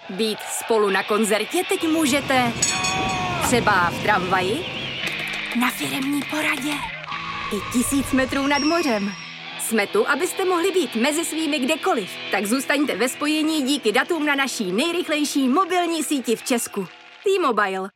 Být spolu na koncertě teď můžete třeba v tramvaji, na firemní poradě i 1000 metrů nad mořem. Jsme tu, abyste mohli být mezi svými kdekoliv. Tak zůstaňte ve spojení díky datům na naší nejrychlejší mobilní síti v Česku. T-Mobile.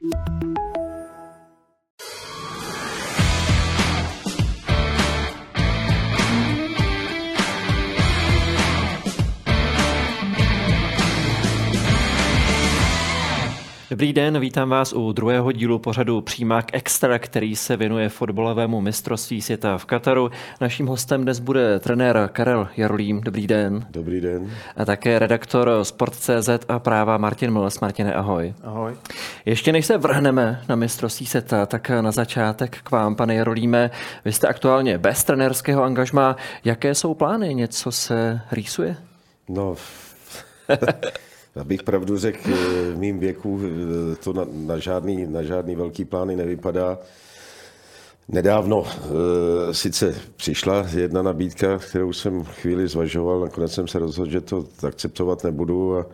Dobrý den, vítám vás u druhého dílu pořadu Přímák Extra, který se věnuje fotbalovému mistrovství světa v Kataru. Naším hostem dnes bude trenér Karel Jarolím. Dobrý den. Dobrý den. A také redaktor Sport.cz a práva Martin Mls. Martine, ahoj. Ahoj. Ještě než se vrhneme na mistrovství světa, tak na začátek k vám, pane Jarolíme. Vy jste aktuálně bez trenérského angažmá. Jaké jsou plány? Něco se rýsuje? No, abych pravdu řekl, v mým věku to na žádný velký plány nevypadá. Nedávno sice přišla jedna nabídka, kterou jsem chvíli zvažoval, nakonec jsem se rozhodl, že to akceptovat nebudu a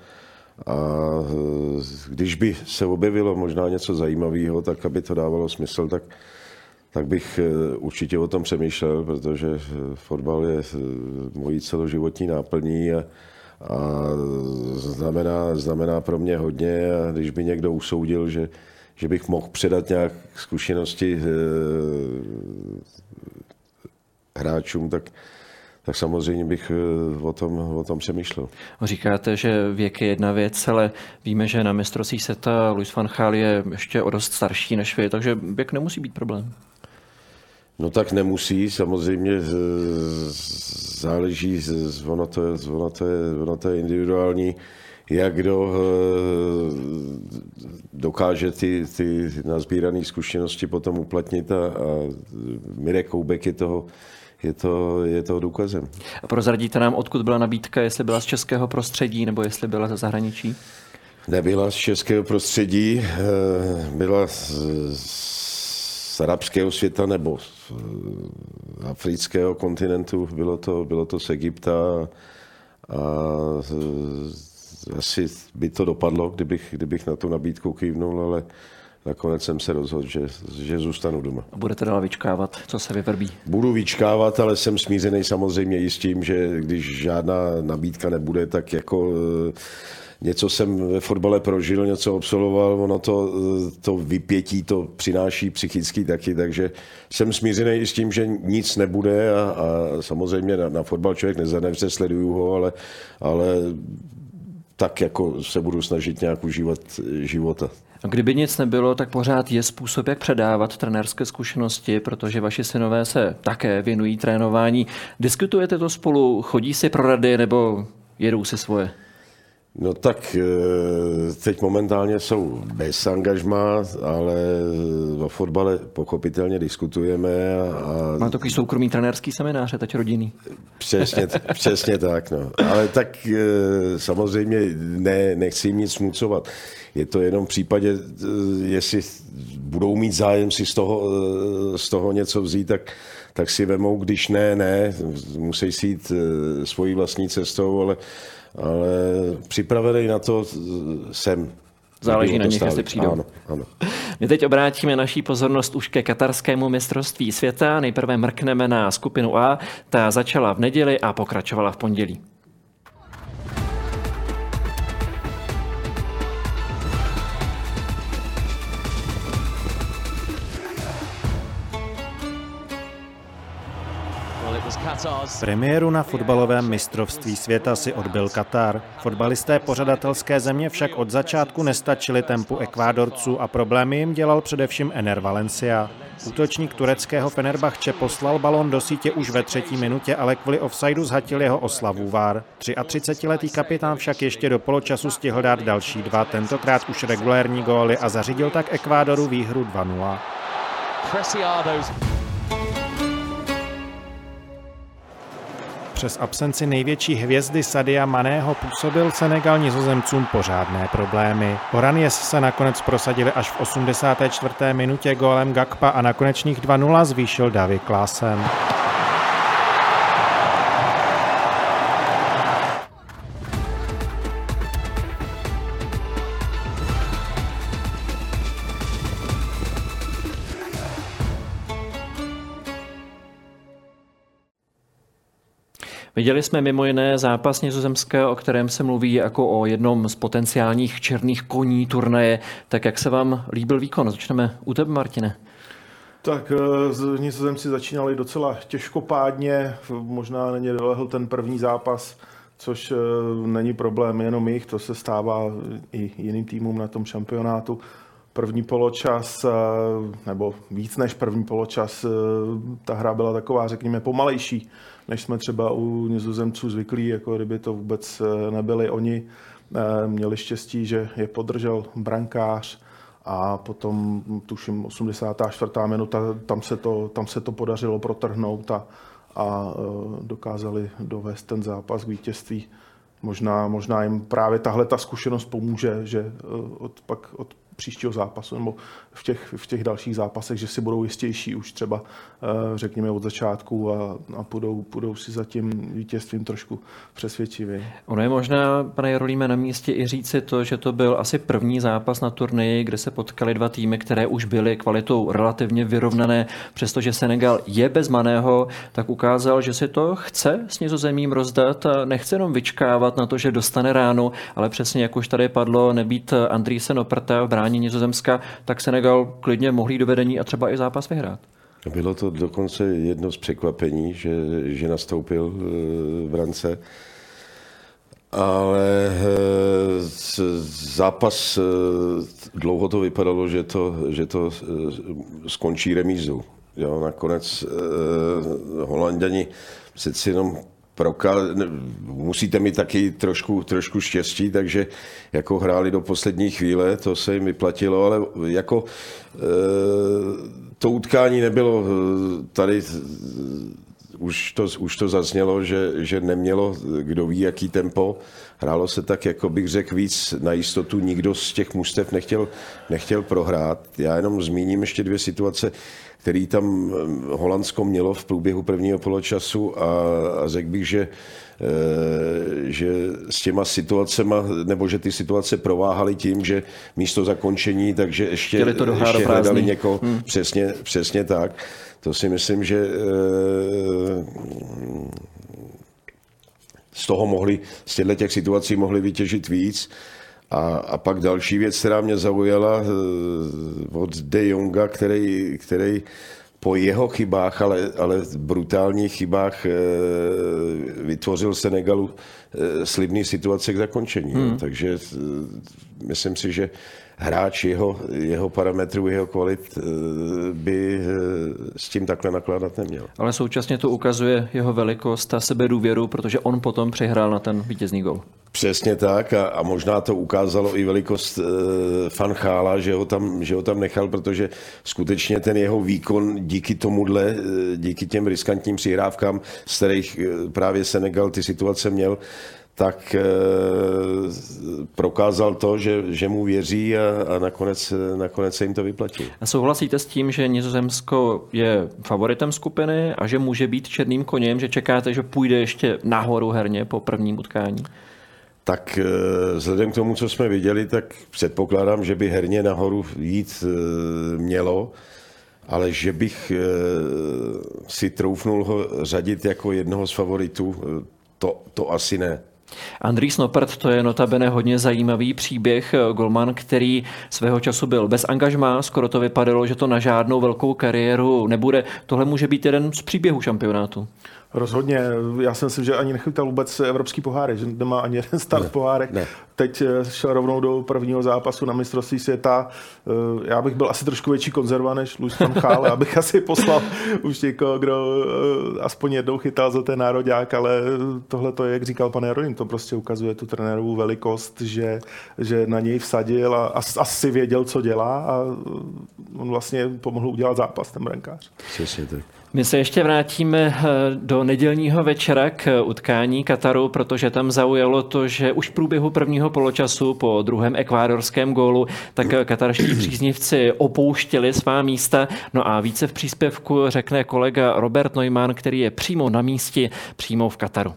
když by se objevilo možná něco zajímavého, tak aby to dávalo smysl, tak bych určitě o tom přemýšlel, protože fotbal je mojí celoživotní náplní a znamená pro mě hodně, a když by někdo usoudil, že bych mohl předat nějak zkušenosti hráčům, tak samozřejmě bych o tom přemýšlel. Říkáte, že věk je jedna věc, ale víme, že na mistrovství světa Louis van Gaal je ještě o dost starší než vy, takže věk nemusí být problém. No tak nemusí, samozřejmě záleží, ono to je individuální, jak kdo dokáže ty nazbírané zkušenosti potom uplatnit a Mirek Koubek je toho důkazem. A prozradíte nám, odkud byla nabídka, jestli byla z českého prostředí nebo jestli byla ze zahraničí? Nebyla z českého prostředí, byla z arabského světa nebo z afrického kontinentu, bylo to z Egypta a asi by to dopadlo, kdybych na tu nabídku kývnul, ale nakonec jsem se rozhodl, že zůstanu doma. A budete dál vyčkávat, co se vyvrbí? Budu vyčkávat, ale jsem smířený samozřejmě i s tím, že když žádná nabídka nebude, tak jako něco jsem ve fotbale prožil, něco absolvoval, ono to vypětí to přináší psychicky taky, takže jsem smířený i s tím, že nic nebude a samozřejmě na fotbal člověk nezanevře, sleduju ho, ale tak jako se budu snažit nějak užívat života. A kdyby nic nebylo, tak pořád je způsob, jak předávat trenérské zkušenosti, protože vaši synové se také věnují trénování. Diskutujete to spolu, chodí si pro rady nebo jedou si svoje? No tak teď momentálně jsou bez angažmá, ale o fotbale pochopitelně diskutujeme. Má takový soukromý trenérský seminář, teď rodinný. Přesně tak. No. Ale tak samozřejmě nechci jim nic smucovat. Je to jenom v případě, jestli budou mít zájem si z toho něco vzít, tak si vemou, když ne, musí si jít svojí vlastní cestou, ale připravený na to jsem. Záleží na nich, jestli přijdou. Ano. My teď obrátíme naší pozornost už ke katarskému mistrovství světa. Nejprve mrkneme na skupinu A. Ta začala v neděli a pokračovala v pondělí. Premiéru na fotbalovém mistrovství světa si odbyl Katar. Fotbalisté pořadatelské země však od začátku nestačili tempu Ekvádorců a problémy jim dělal především Ener Valencia. Útočník tureckého Fenerbahče poslal balón do sítě už ve 3. minutě, ale kvůli offsideu zhatil jeho oslavu VAR. 33letý kapitán však ještě do poločasu stihl dát další 2, tentokrát už regulérní góly a zařídil tak Ekvádoru výhru 2-0. Přes absenci největší hvězdy Sadia Maného působil Senegal Nizozemcům pořádné problémy. Oranies se nakonec prosadili až v 84. minutě gólem Gakpa a na konečných 2-0 zvýšil Davy Klaassen. Viděli jsme mimo jiné zápas Nizozemska, o kterém se mluví jako o jednom z potenciálních černých koní turnaje. Tak jak se vám líbil výkon? Začneme u tebe, Martine. Tak Nizozemci začínali docela těžkopádně, možná na ně dolehl ten první zápas, což není problém jenom jich, to se stává i jiným týmům na tom šampionátu. První poločas, nebo víc než první poločas, ta hra byla taková, řekněme, pomalejší, než jsme třeba u Nizozemců zvyklí, jako kdyby to vůbec nebyli oni. Měli štěstí, že je podržel brankář a potom, tuším, 84. minuta, tam se to podařilo protrhnout a dokázali dovést ten zápas k vítězství. Možná jim právě tahle ta zkušenost pomůže, že od příštího zápasu nebo v těch dalších zápasech, že si budou jistější už třeba, řekněme, od začátku a půjdou si za tím vítězstvím trošku přesvědčivě. Ono je možná, pane Jarolíme, na místě i říci to, že to byl asi první zápas na turnaji, kde se potkali dva týmy, které už byly kvalitou relativně vyrovnané. Přestože Senegal je bez Maného, tak ukázal, že si to chce s Nizozemím rozdat a nechce jenom vyčkávat na to, že dostane ránu, ale přesně jak už tady padlo, nebýt Andriese Nopperta v bráně Nizozemska, tak Senegal klidně mohl do vedení a třeba i zápas vyhrát. Bylo to dokonce jedno z překvapení, že nastoupil v brance. Ale zápas dlouho to vypadalo, že to skončí remízou. Jo, nakonec Holanďani přeci jenom musíte mít taky trošku štěstí, takže jako hráli do poslední chvíle, to se jim vyplatilo, ale jako to utkání nebylo tady, už to zaznělo, že nemělo kdo ví jaký tempo. Hrálo se tak, jako bych řekl, víc na jistotu. Nikdo z těch mužstev nechtěl prohrát. Já jenom zmíním ještě dvě situace, který tam Holandsko mělo v průběhu prvního poločasu a řekl bych, že s těma situacema, nebo že ty situace prováhaly tím, že místo zakončení, takže ještě hledali někoho. Přesně tak. To si myslím, že z těchto situací mohli vytěžit víc. A pak další věc, která mě zaujala od De Jonga, který po jeho chybách, ale brutálních chybách vytvořil Senegalu slibný situace k zakončení. Takže myslím si, že hráč jeho parametrů, jeho kvalit by s tím takhle nakládat neměl. Ale současně to ukazuje jeho velikost a sebedůvěru, protože on potom přihrál na ten vítězný gól. Přesně tak a možná to ukázalo i velikost Van Gaala, že ho tam nechal, protože skutečně ten jeho výkon díky těm riskantním přihrávkám, z kterých právě Senegal ty situace měl, tak prokázal to, že mu věří a nakonec se jim to vyplatí. A souhlasíte s tím, že Nizozemsko je favoritem skupiny a že může být černým koněm, že čekáte, že půjde ještě nahoru herně po prvním utkání? Tak vzhledem k tomu, co jsme viděli, tak předpokládám, že by herně nahoru jít mělo, ale že bych si troufnul ho řadit jako jednoho z favoritů, to asi ne. Andries Noppert, to je notabene hodně zajímavý příběh. Golman, který svého času byl bez angažmá, skoro to vypadalo, že to na žádnou velkou kariéru nebude. Tohle může být jeden z příběhů šampionátu. Rozhodně. Já si myslím, že ani nechytal vůbec evropský poháry, že nemá ani jeden start v pohárech. Ne. Teď šel rovnou do prvního zápasu na mistrovství světa. Já bych byl asi trošku větší konzerva než Louis van Gaal, abych asi poslal už někoho, kdo aspoň jednou chytal za ten nároďák, ale tohle to je, jak říkal pan Jarolím, to prostě ukazuje tu trenérovou velikost, že na něj vsadil a asi věděl, co dělá a on vlastně pomohl udělat zápas, ten brankář. Přesně tak. My se ještě vrátíme do nedělního večera k utkání Kataru, protože tam zaujalo to, že už v průběhu prvního poločasu po druhém ekvádorském gólu tak katarští příznivci opouštěli svá místa. No a více v příspěvku řekne kolega Robert Neumann, který je přímo na místě, přímo v Kataru.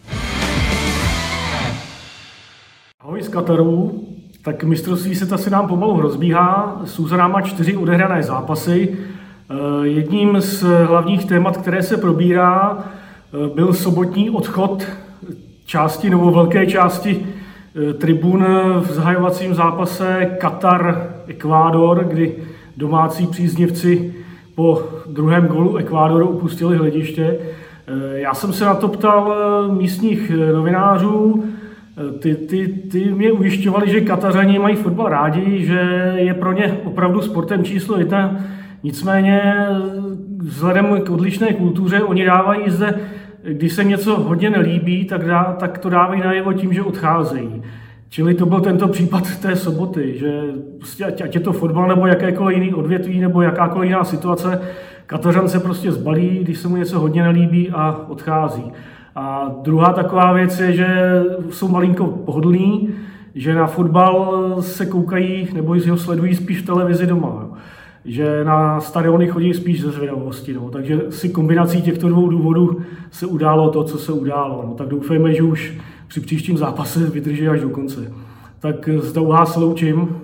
Ahoj z Kataru. Tak mistrovství světa se nám pomalu rozbíhá. Jsou za náma 4 odehrané zápasy. Jedním z hlavních témat, které se probírá, byl sobotní odchod části nebo velké části tribun v zahajovacím zápase Katar-Ekvádor, kdy domácí příznivci po druhém gólu Ekvádoru opustili hlediště. Já jsem se na to ptal místních novinářů. Ty mě ujišťovali, že Katařani mají fotbal rádi, že je pro ně opravdu sportem číslo 1. Nicméně vzhledem k odlišné kultuře oni dávají zde, když se něco hodně nelíbí, tak to dávají najevo tím, že odcházejí. Čili to byl tento případ té soboty, že prostě ať je to fotbal nebo jakékoliv jiný odvětví nebo jakákoliv jiná situace, Katařan se prostě zbalí, když se mu něco hodně nelíbí a odchází. A druhá taková věc je, že jsou malinko pohodlní, že na fotbal se koukají nebo si ho sledují spíš v televizi doma. Že na stadiony chodí spíš ze zvědavosti. No. Takže si kombinací těchto dvou důvodů se událo to, co se událo. No. Tak doufejme, že už při příštím zápase vydrží až do konce. Tak zde u vás loučím.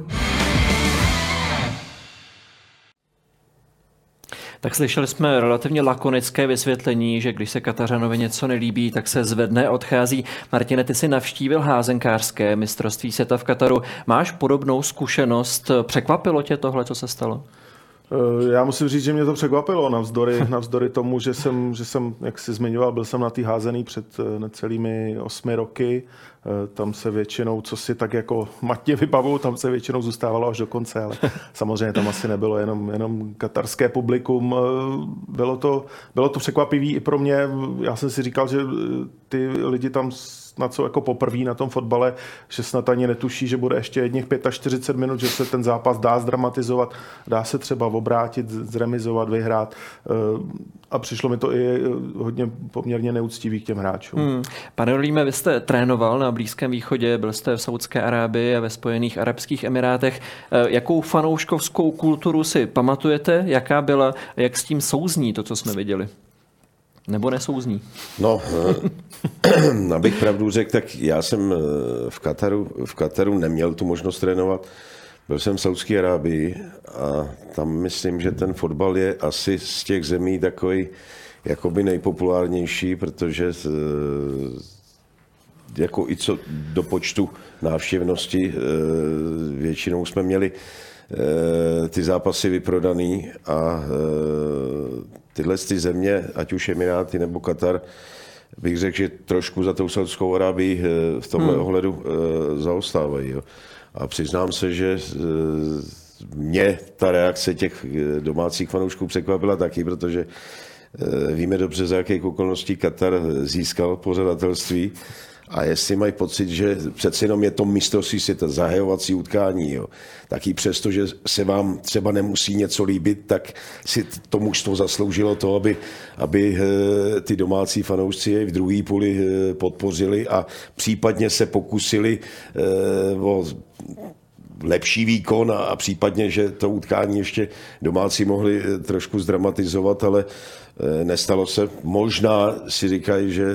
Tak slyšeli jsme relativně lakonické vysvětlení, že když se Katařanovi něco nelíbí, tak se zvedne a odchází. Martine, ty jsi navštívil házenkářské mistrovství světa v Kataru. Máš podobnou zkušenost? Překvapilo tě tohle, co se stalo? Já musím říct, že mě to překvapilo navzdory tomu, že jsem, jak jsi zmiňoval, byl jsem na té házený před necelými 8 roky. Tam se většinou, co si tak jako matně vybavuju, tam se většinou zůstávalo až do konce, ale samozřejmě tam asi nebylo jenom katarské publikum. Bylo to překvapivý i pro mě. Já jsem si říkal, že ty lidi tam snad jsou jako poprvé na tom fotbale, že snad ani netuší, že bude ještě jedních 45 minut, že se ten zápas dá zdramatizovat, dá se třeba obrátit, zremizovat, vyhrát. A přišlo mi to i hodně poměrně neúctivý k těm hráčům. Pane Rolíme, vy jste trénoval na Blízkém východě, byl jste v Saúdské Arábii a ve Spojených arabských emirátech. Jakou fanouškovskou kulturu si pamatujete? Jaká byla? Jak s tím souzní to, co jsme viděli? Nebo nesouzní? No, abych pravdu řekl, tak já jsem v Kataru neměl tu možnost trénovat. Byl jsem v Saúdské Arábii a tam myslím, že ten fotbal je asi z těch zemí takový jakoby nejpopulárnější, protože jako i co do počtu návštěvnosti většinou jsme měli ty zápasy vyprodaný a tyhle ty země, ať už Emiráty nebo Katar, bych řekl, že trošku za tou Saudskou Arábii v tomhle ohledu zaostávají. Jo. A přiznám se, že mě ta reakce těch domácích fanoušků překvapila taky, protože víme dobře, za jakých okolností Katar získal pořadatelství. A jestli mají pocit, že přeci jenom je to mistrovství světa, zahajovací utkání, jo, tak i přesto, že se vám třeba nemusí něco líbit, tak si to mužstvo zasloužilo to, aby ty domácí fanoušci jej v druhé půli podpořili a případně se pokusili o lepší výkon a případně, že to utkání ještě domácí mohli trošku zdramatizovat, ale nestalo se. Možná si říkají, že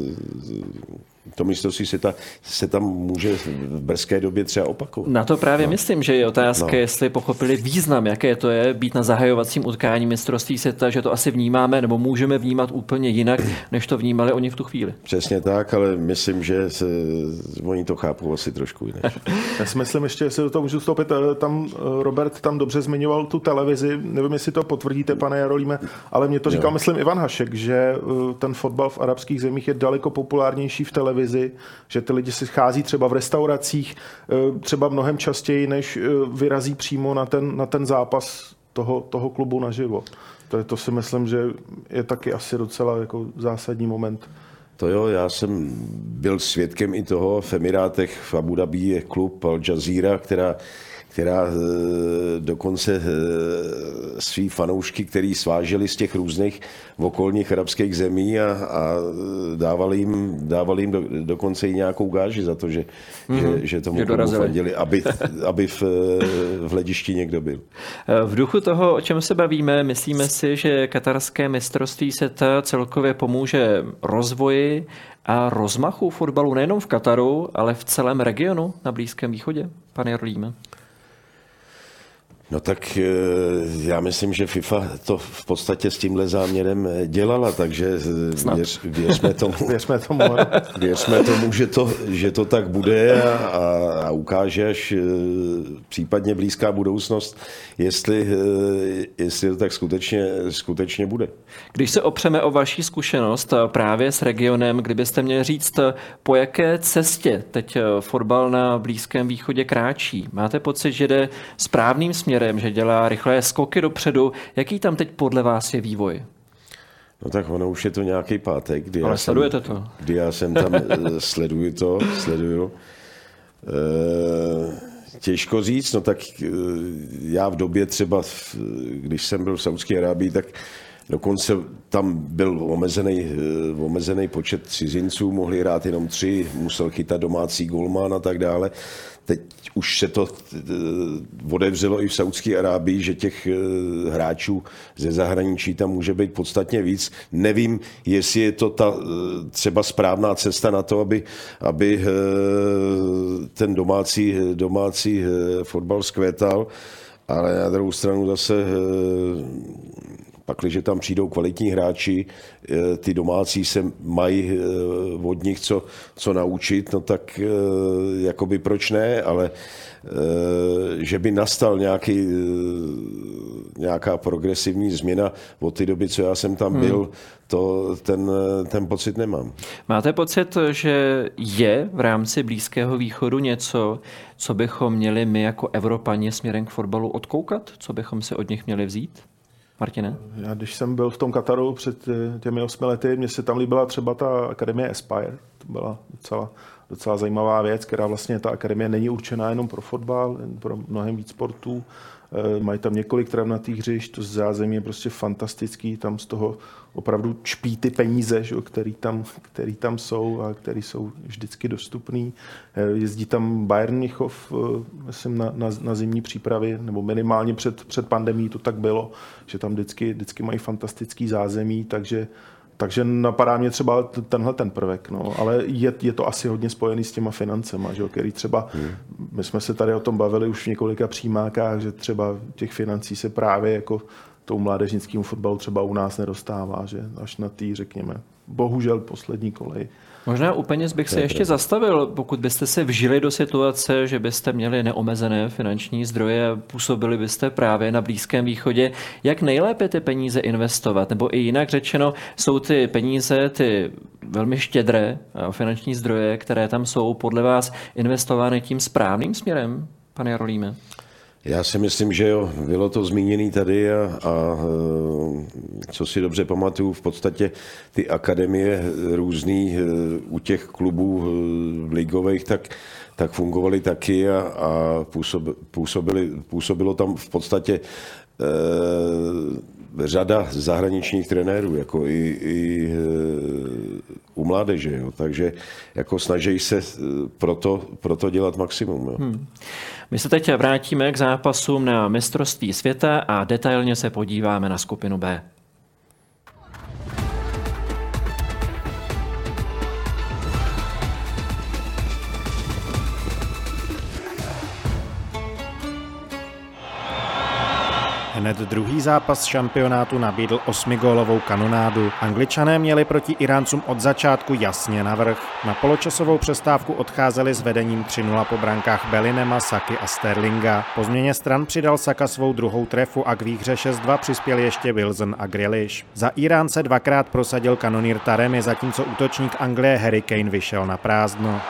to mistrovství se tam může v brzké době třeba opakovat. Na to právě myslím, že je otázka, jestli pochopili význam, jaké to je být na zahajovacím utkání mistrovství světa, že to asi vnímáme nebo můžeme vnímat úplně jinak, než to vnímali oni v tu chvíli. Přesně tak, ale myslím, že oni to chápou asi trošku jinak. Já si myslím ještě, jestli do toho můžu vstoupit, tam Robert tam dobře zmiňoval tu televizi, nevím, jestli to potvrdíte, pane Jarolíme, ale mě to říkal, myslím, Ivan Hašek, že ten fotbal v arabských zemích je daleko populárnější v televizi, že ty lidi si schází třeba v restauracích, třeba mnohem častěji, než vyrazí přímo na ten zápas toho klubu naživo. To si myslím, že je taky asi docela jako zásadní moment. To jo, já jsem byl svědkem i toho v Emirátech, v Abu Dhabi je klub Al Jazeera, která dokonce svý fanoušky, který sváželi z těch různých okolních arabských zemí a dávali jim dokonce i nějakou gáži za to, že tomu fandili, aby v hledišti někdo byl. V duchu toho, o čem se bavíme, myslíme si, že katarské mistrovství světa celkově pomůže rozvoji a rozmachu fotbalu nejenom v Kataru, ale v celém regionu na Blízkém východě, pane Jarolíme? No tak já myslím, že FIFA to v podstatě s tímhle záměrem dělala, takže věřme tomu, věřme tomu, že to tak bude a ukáže až případně blízká budoucnost, jestli to tak skutečně bude. Když se opřeme o vaši zkušenost právě s regionem, kdybyste měli říct, po jaké cestě teď fotbal na Blízkém východě kráčí? Máte pocit, že jde správným směrem, že dělá rychlé skoky dopředu? Jaký tam teď podle vás je vývoj? No tak ono už je to nějaký pátek, kdy já jsem tam, sleduju. Těžko říct, no tak já v době třeba, když jsem byl v Saúdské Arábii, tak dokonce tam byl omezený počet cizinců, mohli hrát jenom 3, musel chytat domácí golman a tak dále. Teď už se to otevřelo i v Saúdské Arábii, že těch hráčů ze zahraničí tam může být podstatně víc. Nevím, jestli je to ta třeba správná cesta na to, aby ten domácí fotbal zkvétal, ale na druhou stranu zase pakliže tam přijdou kvalitní hráči, ty domácí se mají od nich co naučit, no tak jakoby proč ne, ale že by nastal nějaká progresivní změna od té doby, co já jsem tam byl, ten pocit nemám. Máte pocit, že je v rámci Blízkého východu něco, co bychom měli my jako Evropani směrem k fotbalu odkoukat? Co bychom si od nich měli vzít? Martine? Já když jsem byl v tom Kataru před těmi 8 lety, mně se tam líbila třeba ta akademie Aspire. To byla docela zajímavá věc, která vlastně ta akademie není určená jenom pro fotbal, pro mnohem víc sportů. Mají tam několik travnatých hřišť, to zázemí je prostě fantastický, tam z toho opravdu čpí ty peníze, že, který tam jsou a který jsou vždycky dostupný. Jezdí tam Bayern Mnichov, myslím, na zimní přípravy, nebo minimálně před pandemií to tak bylo, že tam vždycky mají fantastický zázemí, takže napadá mě třeba tenhle ten prvek, no, ale je to asi hodně spojený s těma financema, že, který třeba, my jsme se tady o tom bavili už v několika přímákách, že třeba těch financí se právě jako tou mládežnickému fotbalu třeba u nás nedostává, že až na tý, řekněme, bohužel poslední kolej. Možná u peněz bych se ještě zastavil, pokud byste se vžili do situace, že byste měli neomezené finanční zdroje, působili byste právě na Blízkém východě. Jak nejlépe ty peníze investovat? Nebo i jinak řečeno, jsou ty peníze, ty velmi štědré finanční zdroje, které tam jsou, podle vás investovány tím správným směrem, pane Jarolíme? Já si myslím, že jo, bylo to zmíněné tady a co si dobře pamatuju, v podstatě ty akademie různý u těch klubů ligových tak fungovaly taky a působilo tam v podstatě řada zahraničních trenérů, jako i u mládeže, jo. Takže jako snaží se proto dělat maximum. Jo. My se teď vrátíme k zápasům na mistrovství světa a detailně se podíváme na skupinu B. Hned druhý zápas šampionátu nabídl 8gólovou kanonádu. Angličané měli proti Iráncům od začátku jasně navrch. Na poločasovou přestávku odcházeli s vedením 3-0 po brankách Bellinghama, Saky a Sterlinga. Po změně stran přidal Saka svou druhou trefu a k výhře 6-2 přispěl ještě Wilson a Grealish. Za Iránce dvakrát prosadil kanonýr Taremi, zatímco útočník Anglie Harry Kane vyšel na prázdno.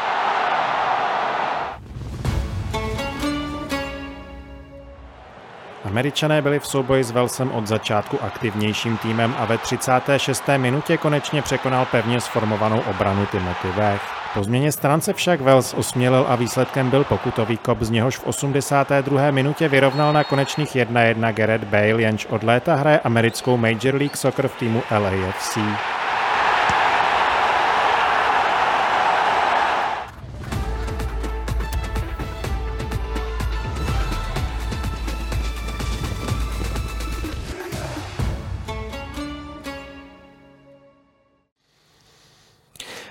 Američané byli v souboji s Walesem od začátku aktivnějším týmem a ve 36. minutě konečně překonal pevně sformovanou obranu Timothy Weah. Po změně stran se však Wales osmělil a výsledkem byl pokutový kop, z něhož v 82. minutě vyrovnal na konečných 1-1 Gareth Bale, jenž od léta hraje americkou Major League Soccer v týmu LAFC.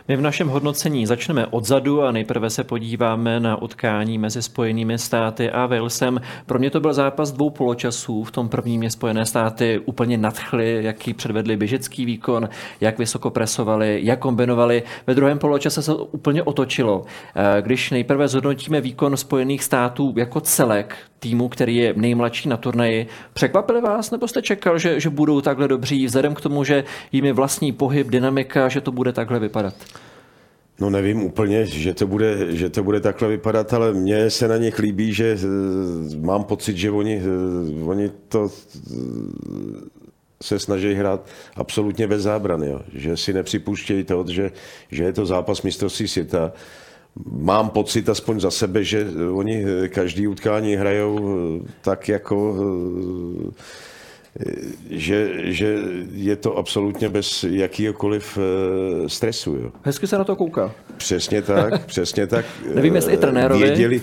My v našem hodnocení začneme odzadu a nejprve se podíváme na utkání mezi Spojenými státy a Walesem. Pro mě to byl zápas 2 poločasů. V tom prvním mě Spojené státy úplně nadchly, jaký předvedli běžecký výkon, jak vysoko presovali, jak kombinovali. Ve druhém poločase se to úplně otočilo. Když nejprve zhodnotíme výkon Spojených států jako celek, týmu, který je nejmladší na turnaji, překvapili vás, nebo jste čekal, že budou takhle dobří, vzhledem k tomu, že jim je vlastní pohyb, dynamika, že to bude takhle vypadat? No nevím úplně, že to bude takhle vypadat, ale mně se na nich líbí, že mám pocit, že oni to se snaží hrát absolutně bez zábrany, jo. Že si nepřipouštějí to, že je to zápas mistrovství světa. Mám pocit aspoň za sebe, že oni každý utkání hrajou tak jako, že je to absolutně bez jakýhokoliv stresu. Jo. Hezky se na to kouká. Přesně tak. Nevím, jestli i trenérovi.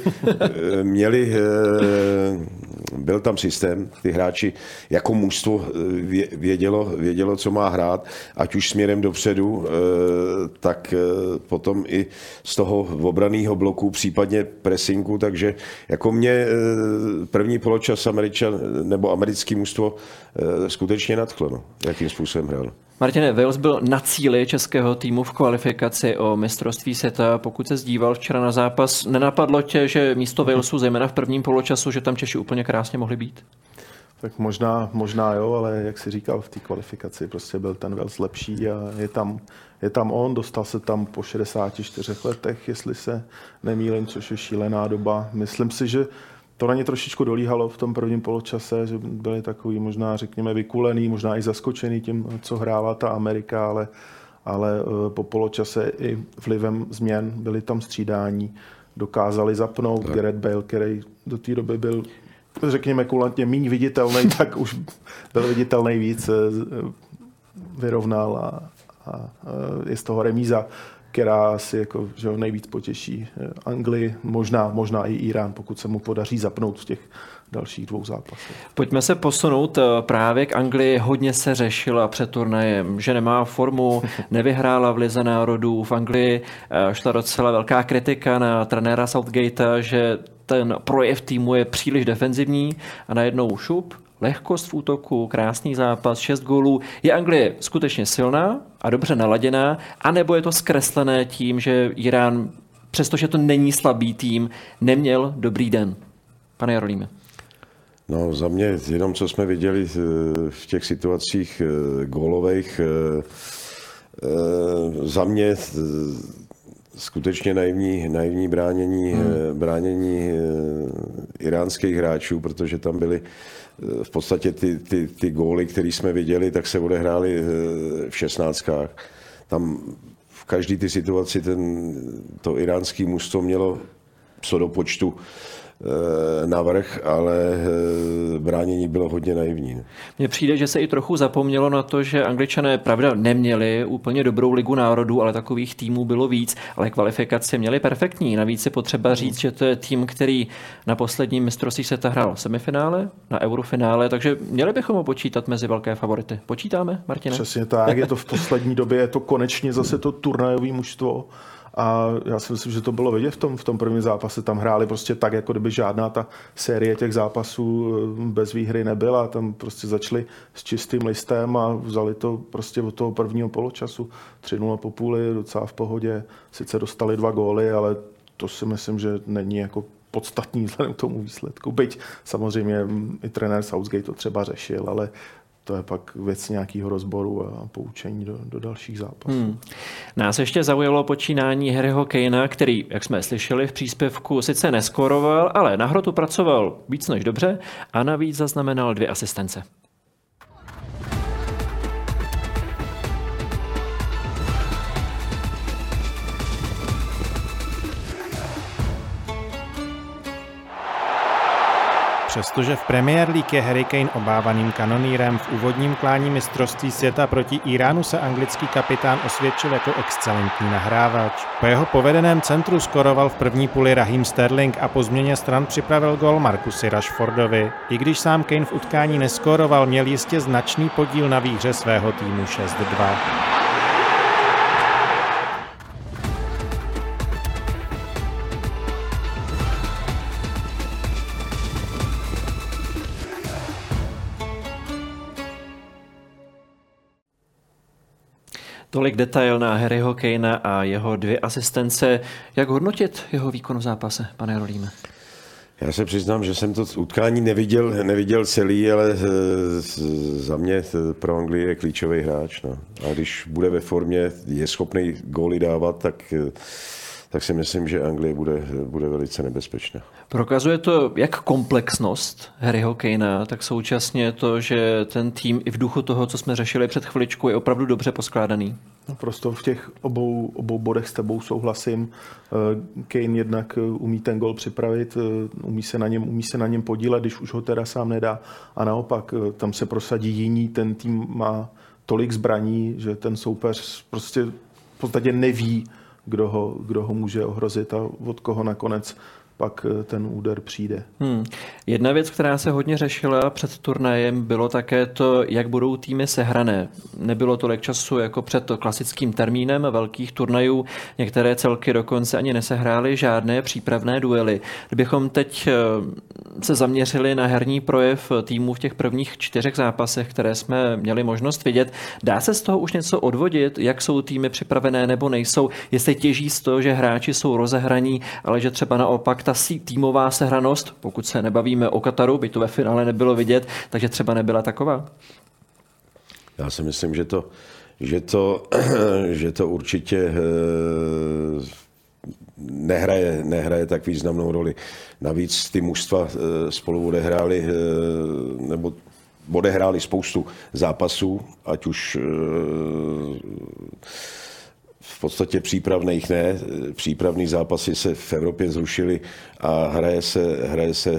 Byl tam systém, ty hráči jako mužstvo vědělo, co má hrát, ať už směrem dopředu, tak potom i z toho obranného bloku, případně pressingu, takže jako mě první poločas americký mužstvo skutečně nadchlo, no, jakým způsobem hrál. Martine, Wales byl na cíli českého týmu v kvalifikaci o mistrovství světa. Pokud se zdíval včera na zápas, nenapadlo tě, že místo Walesu, zejména v prvním poločasu, že tam Češi úplně krásně mohli být? Tak možná jo, ale jak jsi říkal, v té kvalifikaci prostě byl ten Wales lepší a je tam on, dostal se tam po 64 letech, jestli se nemýlím, což je šílená doba. Myslím si, že to na ně trošičku dolíhalo v tom prvním poločase, že byli takový možná, řekněme, vykulený, možná i zaskočený tím, co hrála ta Amerika, ale po poločase i vlivem změn byli tam střídání, dokázali zapnout. Gareth Bale, který do té doby byl, řekněme, kulantně míň viditelný, tak už byl viditelný víc, vyrovnal a je z toho remíza, která asi jako, že ho nejvíc potěší Anglii, možná i Irán, pokud se mu podaří zapnout v těch dalších 2 zápasech. Pojďme se posunout právě k Anglii. Hodně se řešila před turnajem, že nemá formu, nevyhrála v Lize národů. V Anglii šla docela velká kritika na trenéra Southgatea, že ten projev týmu je příliš defenzivní a najednou šup, lehkost v útoku, krásný zápas, 6 gólů. Je Anglie skutečně silná a dobře naladěná, anebo je to zkreslené tím, že Irán, přestože to není slabý tým, neměl dobrý den? Pane Jarolíme. No za mě, jenom co jsme viděli v těch situacích gólových, za mě skutečně naivní bránění iránských hráčů, protože tam byly v podstatě ty góly, které jsme viděli, tak se odehrály v 16. Tam v každé ty situaci to iránské mužstvo mělo co do počtu navrch, ale bránění bylo hodně naivní. Mně přijde, že se i trochu zapomnělo na to, že Angličané pravda neměli úplně dobrou ligu národů, ale takových týmů bylo víc, ale kvalifikace měli perfektní. Navíc je potřeba říct, že to je tým, který na posledním mistrovství světa hrál semifinále, na eurofinále, takže měli bychom ho počítat mezi velké favority. Počítáme, Martine? Přesně tak, je to v poslední době, je to konečně zase to turnajové mužstvo. A já si myslím, že to bylo vidět v tom prvním zápase. Tam hráli prostě tak, jako kdyby žádná ta série těch zápasů bez výhry nebyla. Tam prostě začali s čistým listem a vzali to prostě od toho prvního poločasu. 3-0 po půli, docela v pohodě. Sice dostali 2 góly, ale to si myslím, že není jako podstatný vzhledem k tomu výsledku. Byť samozřejmě i trenér Southgate to třeba řešil, ale to je pak věc nějakého rozboru a poučení do dalších zápasů. Nás ještě zaujalo počínání Harryho Kanea, který, jak jsme slyšeli v příspěvku, sice neskoroval, ale na hrotu pracoval víc než dobře a navíc zaznamenal 2 asistence. Přestože v Premier League je Harry Kane obávaným kanonýrem, v úvodním klání mistrovství světa proti Iránu se anglický kapitán osvědčil jako excelentní nahrávač. Po jeho povedeném centru skoroval v první půli Raheem Sterling a po změně stran připravil gól Marcusi Rashfordovi. I když sám Kane v utkání neskoroval, měl jistě značný podíl na výhře svého týmu 6-2. Tolik detail na Harryho Kanea a jeho 2 asistence. Jak hodnotit jeho výkon v zápase, pane Rolíme? Já se přiznám, že jsem to utkání neviděl celý, ale za mě pro Anglii je klíčový hráč. No. A když bude ve formě, je schopný góly dávat, tak si myslím, že Anglie bude velice nebezpečná. Prokazuje to jak komplexnost Harryho Kanea, tak současně to, že ten tým i v duchu toho, co jsme řešili před chviličkou, je opravdu dobře poskládaný. Naprosto v těch obou bodech s tebou souhlasím. Kane jednak umí ten gol připravit, umí se na něm podílet, když už ho teda sám nedá. A naopak tam se prosadí jiní, ten tým má tolik zbraní, že ten soupeř prostě v podstatě neví, kdo ho může ohrozit a od koho nakonec pak ten úder přijde. Jedna věc, která se hodně řešila před turnajem, bylo také to, jak budou týmy sehrané. Nebylo tolik času jako před klasickým termínem velkých turnajů. Některé celky dokonce ani nesehrály žádné přípravné duely. Kdybychom teď se zaměřili na herní projev týmu v těch prvních 4 zápasech, které jsme měli možnost vidět, dá se z toho už něco odvodit, jak jsou týmy připravené nebo nejsou, jestli těží z toho, že hráči jsou rozehraní, ale že třeba naopak ta týmová sehranost, pokud se nebavíme o Kataru, by to ve finále nebylo vidět, takže třeba nebyla taková? Já si myslím, že to určitě nehraje tak významnou roli. Navíc ty mužstva spolu odehráli spoustu zápasů, ať už v podstatě přípravných ne. Přípravný zápasy se v Evropě zrušily a hraje se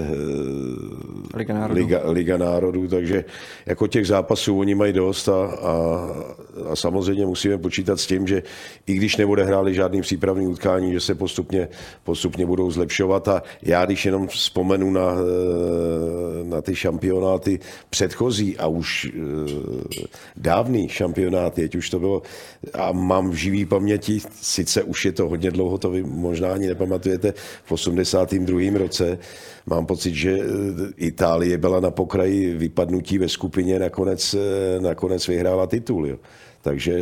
Liga národů, takže jako těch zápasů oni mají dost a samozřejmě musíme počítat s tím, že i když neodehráli žádný přípravný utkání, že se postupně budou zlepšovat a já když jenom vzpomenu na ty šampionáty předchozí a už dávný šampionáty, ať už to bylo a mám v živý paměti, sice už je to hodně dlouho, to vy možná ani nepamatujete, v 82. roce mám pocit, že Itálie byla na pokraji vypadnutí ve skupině, nakonec vyhrála titul. Jo. Takže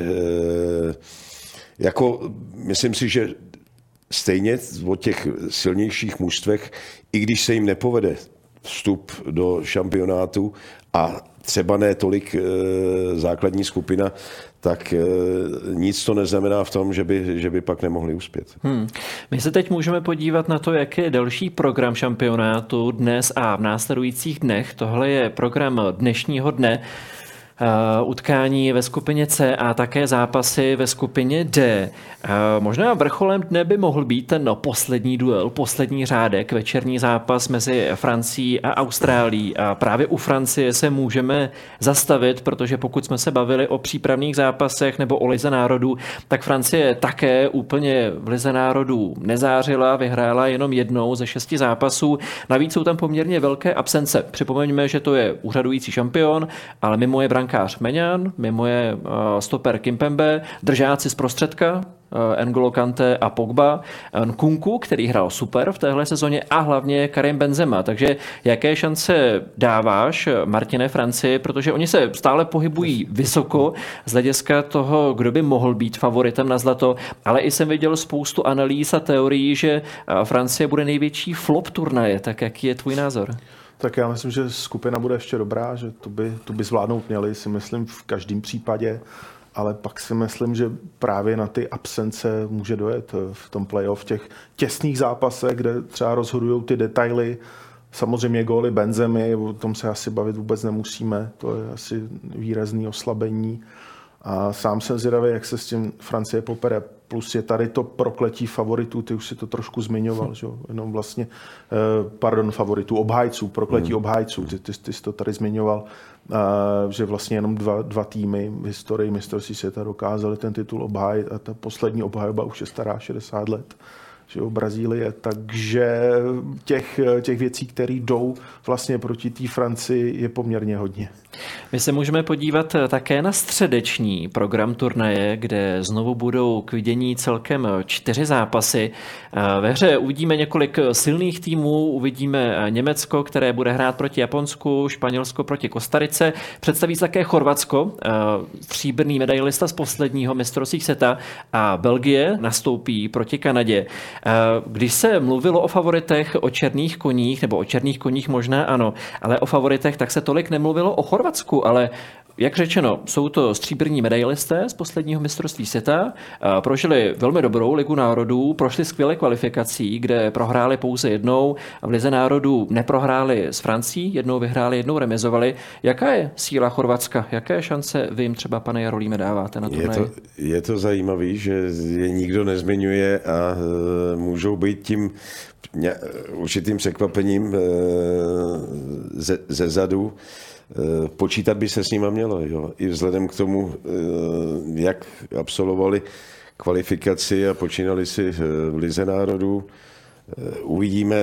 jako myslím si, že stejně o těch silnějších mužstvech, i když se jim nepovede vstup do šampionátu a třeba ne tolik základní skupina, tak nic to neznamená v tom, že by pak nemohli uspět. My se teď můžeme podívat na to, jaký je další program šampionátu dnes a v následujících dnech. Tohle je program dnešního dne. Utkání ve skupině C a také zápasy ve skupině D. Možná vrcholem dne by mohl být ten poslední duel, poslední řádek, večerní zápas mezi Francií a Austrálií. A právě u Francie se můžeme zastavit, protože pokud jsme se bavili o přípravných zápasech nebo o Lize národů, tak Francie také úplně v Lize národů nezářila, vyhrála jenom 1 ze 6 zápasů. Navíc jsou tam poměrně velké absence. Připomeňme, že to je úřadující šampion, ale mimo je brankář Maignan, mimo je stoper Kimpembe, držáci z prostředka, N'Golo Kanté a Pogba, Nkunku, který hrál super v téhle sezóně a hlavně Karim Benzema. Takže jaké šance dáváš, Martine, Francii, protože oni se stále pohybují vysoko z hlediska toho, kdo by mohl být favoritem na zlato, ale i jsem viděl spoustu analýz a teorií, že Francie bude největší flop turnaje. Tak jaký je tvůj názor? Tak já myslím, že skupina bude ještě dobrá, že tu by zvládnout měli, si myslím v každém případě, ale pak si myslím, že právě na ty absence může dojet v tom playoff, v těch těsných zápasech, kde třeba rozhodují ty detaily. Samozřejmě góly Benzemy, o tom se asi bavit vůbec nemusíme, to je asi výrazný oslabení. A sám jsem zvědavý, jak se s tím Francie popere. Plus je tady to prokletí favoritů, ty už si to trošku zmiňoval, že? Jenom vlastně, favoritů, obhájců, prokletí obhájců, ty jsi to tady zmiňoval, že vlastně jenom dva týmy v historii mistrovství světa dokázali ten titul obhájit a ta poslední obhajoba už je stará 60 let. že jo, Brazílie, takže těch věcí, které jdou vlastně proti té Francii, je poměrně hodně. My se můžeme podívat také na středeční program turnaje, kde znovu budou k vidění celkem 4 zápasy. Ve hře uvidíme několik silných týmů, uvidíme Německo, které bude hrát proti Japonsku, Španělsko proti Kostarice, představí se také Chorvatsko, stříbrný medailista z posledního mistrovství světa, a Belgie nastoupí proti Kanadě. Když se mluvilo o favoritech, o černých koních, nebo o černých koních možná ano, ale o favoritech, tak se tolik nemluvilo o Chorvatsku, ale jak řečeno, jsou to stříbrní medailisté z posledního mistrovství světa, prožili velmi dobrou ligu národů, prošli skvělé kvalifikací, kde prohráli pouze jednou a v lize národů neprohráli s Francií, jednou vyhráli, jednou remizovali. Jaká je síla Chorvatska? Jaké šance vy jim třeba, pane Jarolíme, dáváte na turnaji? Je to zajímavé, že je nikdo nezmiňuje a můžou být tím určitým překvapením ze zadu. Počítat by se s nima mělo, jo. I vzhledem k tomu, jak absolvovali kvalifikaci a počínali si v lize národů. Uvidíme,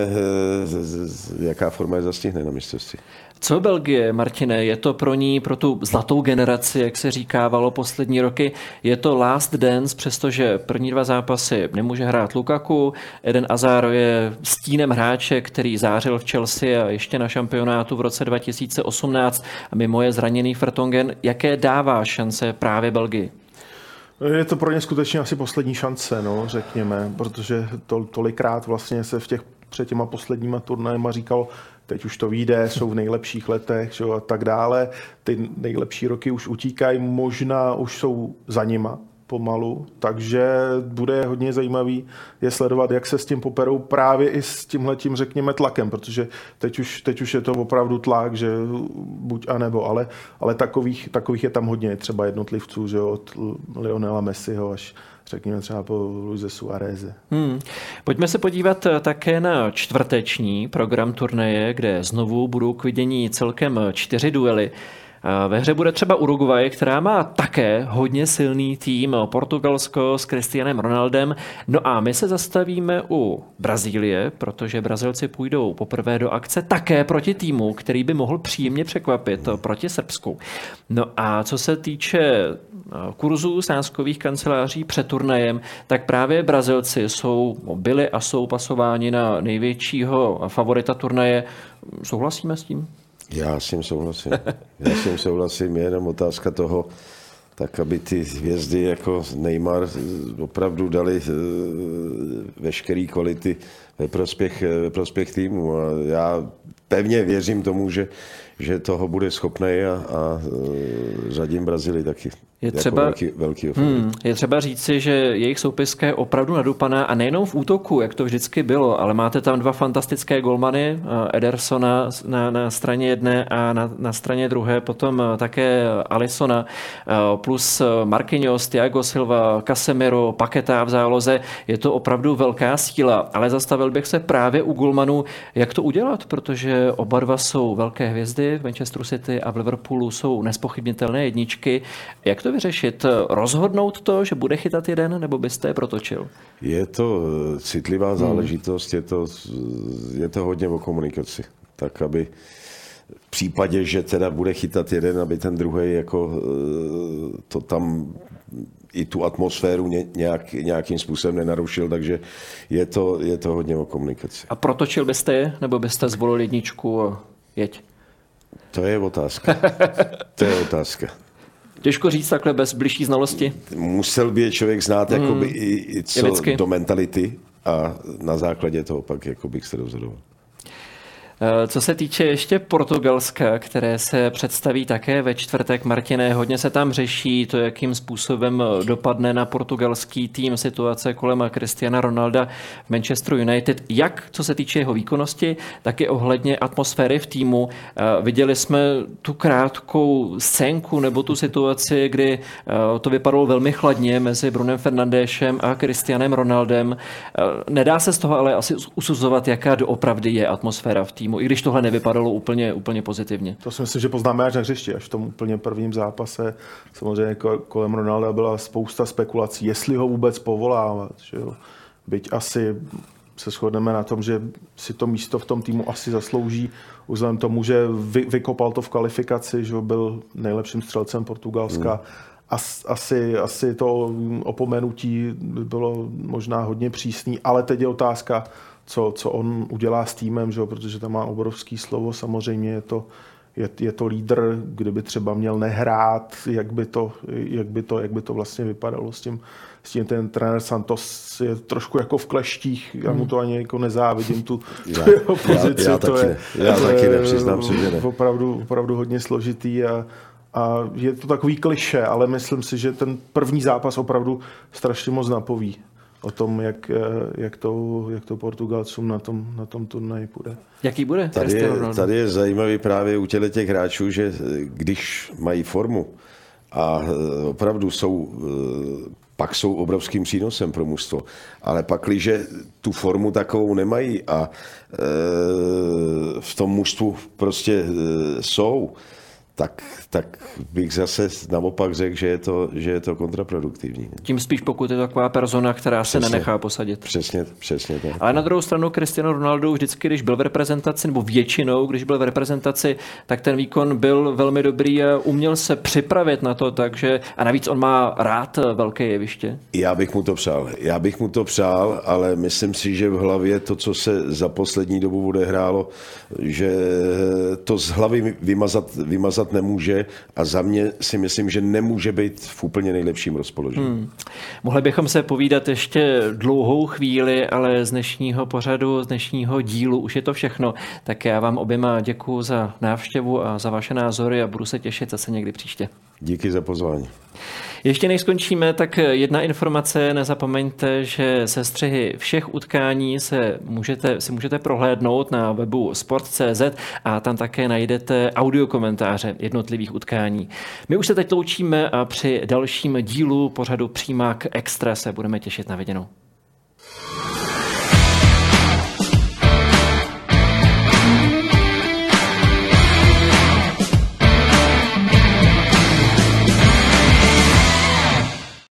jaká forma je zastihne na mistrovství. Co Belgie, Martine, je to pro ní, pro tu zlatou generaci, jak se říkávalo poslední roky, je to last dance, přestože první 2 zápasy nemůže hrát Lukaku, Eden Hazard je stínem hráče, který zářil v Chelsea a ještě na šampionátu v roce 2018 a mimo je zraněný Vertonghen. Jaké dává šance právě Belgii? Je to pro ně skutečně asi poslední šance, no, řekněme, protože tolikrát vlastně se před těma posledníma turnajema říkal, teď už to vyjde, jsou v nejlepších letech, že, a tak dále. Ty nejlepší roky už utíkají, možná už jsou za nima pomalu, takže bude hodně zajímavý je sledovat, jak se s tím poperou právě i s tímhletím, řekněme, tlakem, protože teď už je to opravdu tlak, že buď a nebo, ale takových je tam hodně, třeba jednotlivců, že od Lionela Messiho až řekněme třeba po Luise Suáreze. Pojďme se podívat také na čtvrteční program turnaje, kde znovu budou k vidění celkem 4 duely. Ve hře bude třeba Uruguay, která má také hodně silný tým, Portugalsko s Cristianem Ronaldem. No a my se zastavíme u Brazílie, protože Brazilci půjdou poprvé do akce také proti týmu, který by mohl příjemně překvapit, proti Srbsku. No a co se týče kurzů sázkových kanceláří před turnajem, tak právě Brazilci byli a jsou pasováni na největšího favorita turnaje. Souhlasíme s tím? Já s tím souhlasím. Je jenom otázka toho, tak aby ty hvězdy jako Neymar opravdu dali veškeré kvality ve prospěch týmu. A já pevně věřím tomu, že toho bude schopný a řadím Brazílii taky. Je třeba říci, že jejich soupiska je opravdu nadupaná a nejenom v útoku, jak to vždycky bylo, ale máte tam 2 fantastické golmany, Edersona na straně jedné a na straně druhé, potom také Alissona, plus Marquinhos, Thiago Silva, Casemiro, Paquetá v záloze. Je to opravdu velká síla, ale zastavil bych se právě u golmanů, jak to udělat, protože oba 2 jsou velké hvězdy, v Manchesteru City a v Liverpoolu jsou nespochybnitelné jedničky. Jak to vyřešit? Rozhodnout to, že bude chytat jeden, nebo byste je protočil? Je to citlivá záležitost, je to hodně o komunikaci. Tak, aby v případě, že teda bude chytat jeden, aby ten druhý jako to tam i tu atmosféru nějakým způsobem nenarušil, takže je to hodně o komunikaci. A protočil byste je, nebo byste zvolil jedničku a jeď? To je otázka. Těžko říct takhle bez bližší znalosti. Musel by je člověk znát jakoby i co do mentality a na základě toho pak bych se rozhodoval. Co se týče ještě Portugalska, které se představí také ve čtvrtek, Martine, hodně se tam řeší to, jakým způsobem dopadne na portugalský tým situace kolem Cristiana Ronalda v Manchesteru United, jak co se týče jeho výkonnosti, tak i ohledně atmosféry v týmu. Viděli jsme tu krátkou scénku nebo tu situaci, kdy to vypadalo velmi chladně mezi Brunem Fernandéšem a Cristianem Ronaldem. Nedá se z toho ale asi usuzovat, jaká doopravdy je atmosféra v týmu, i když tohle nevypadalo úplně pozitivně. To si myslím, že poznáme až na hřišti, až v tom úplně prvním zápase. Samozřejmě kolem Ronalda byla spousta spekulací, jestli ho vůbec povolávat. Že jo? byť asi se shodneme na tom, že si to místo v tom týmu asi zaslouží, vzhledem tomu, že vykopal to v kvalifikaci, že byl nejlepším střelcem Portugalska. Asi to opomenutí by bylo možná hodně přísný, ale teď je otázka, co on udělá s týmem, že? Protože tam má obrovský slovo, samozřejmě je to lídr, kdyby třeba měl nehrát, jak by to vlastně vypadalo s tím ten trenér Santos je trošku jako v kleštích, já mu to ani jako nezávidím, tu jeho pozici. Já taky nepřiznám si, že ne. Opravdu hodně složitý a je to takový klišé, ale myslím si, že ten první zápas opravdu strašně moc napoví o tom, jak to Portugalcům na tom turnaji půjde. Jaký bude? Tady je zajímavý právě u těch hráčů, že když mají formu a opravdu pak jsou obrovským přínosem pro mužstvo. Ale pak, když tu formu takovou nemají a v tom mužstvu prostě jsou, tak bych zase naopak řekl, že je to kontraproduktivní. Tím spíš, pokud je to taková persona, která se nenechá posadit. Přesně tak. Ale na druhou stranu Cristiano Ronaldo vždycky, když byl v reprezentaci, nebo většinou, když byl v reprezentaci, tak ten výkon byl velmi dobrý a uměl se připravit na to, takže a navíc on má rád velké jeviště. Já bych mu to přál, ale myslím si, že v hlavě to, co se za poslední dobu odehrálo, že to z hlavy vymazat nemůže a za mě si myslím, že nemůže být v úplně nejlepším rozpoložení. Mohli bychom se povídat ještě dlouhou chvíli, ale z dnešního pořadu, z dnešního dílu už je to všechno. Tak já vám oběma děkuju za návštěvu a za vaše názory a budu se těšit zase někdy příště. Díky za pozvání. Ještě než skončíme, tak jedna informace, nezapomeňte, že sestřihy všech utkání si můžete prohlédnout na webu sport.cz a tam také najdete audiokomentáře jednotlivých utkání. My už se teď loučíme a při dalším dílu pořadu Přímák Extra se budeme těšit na viděnou.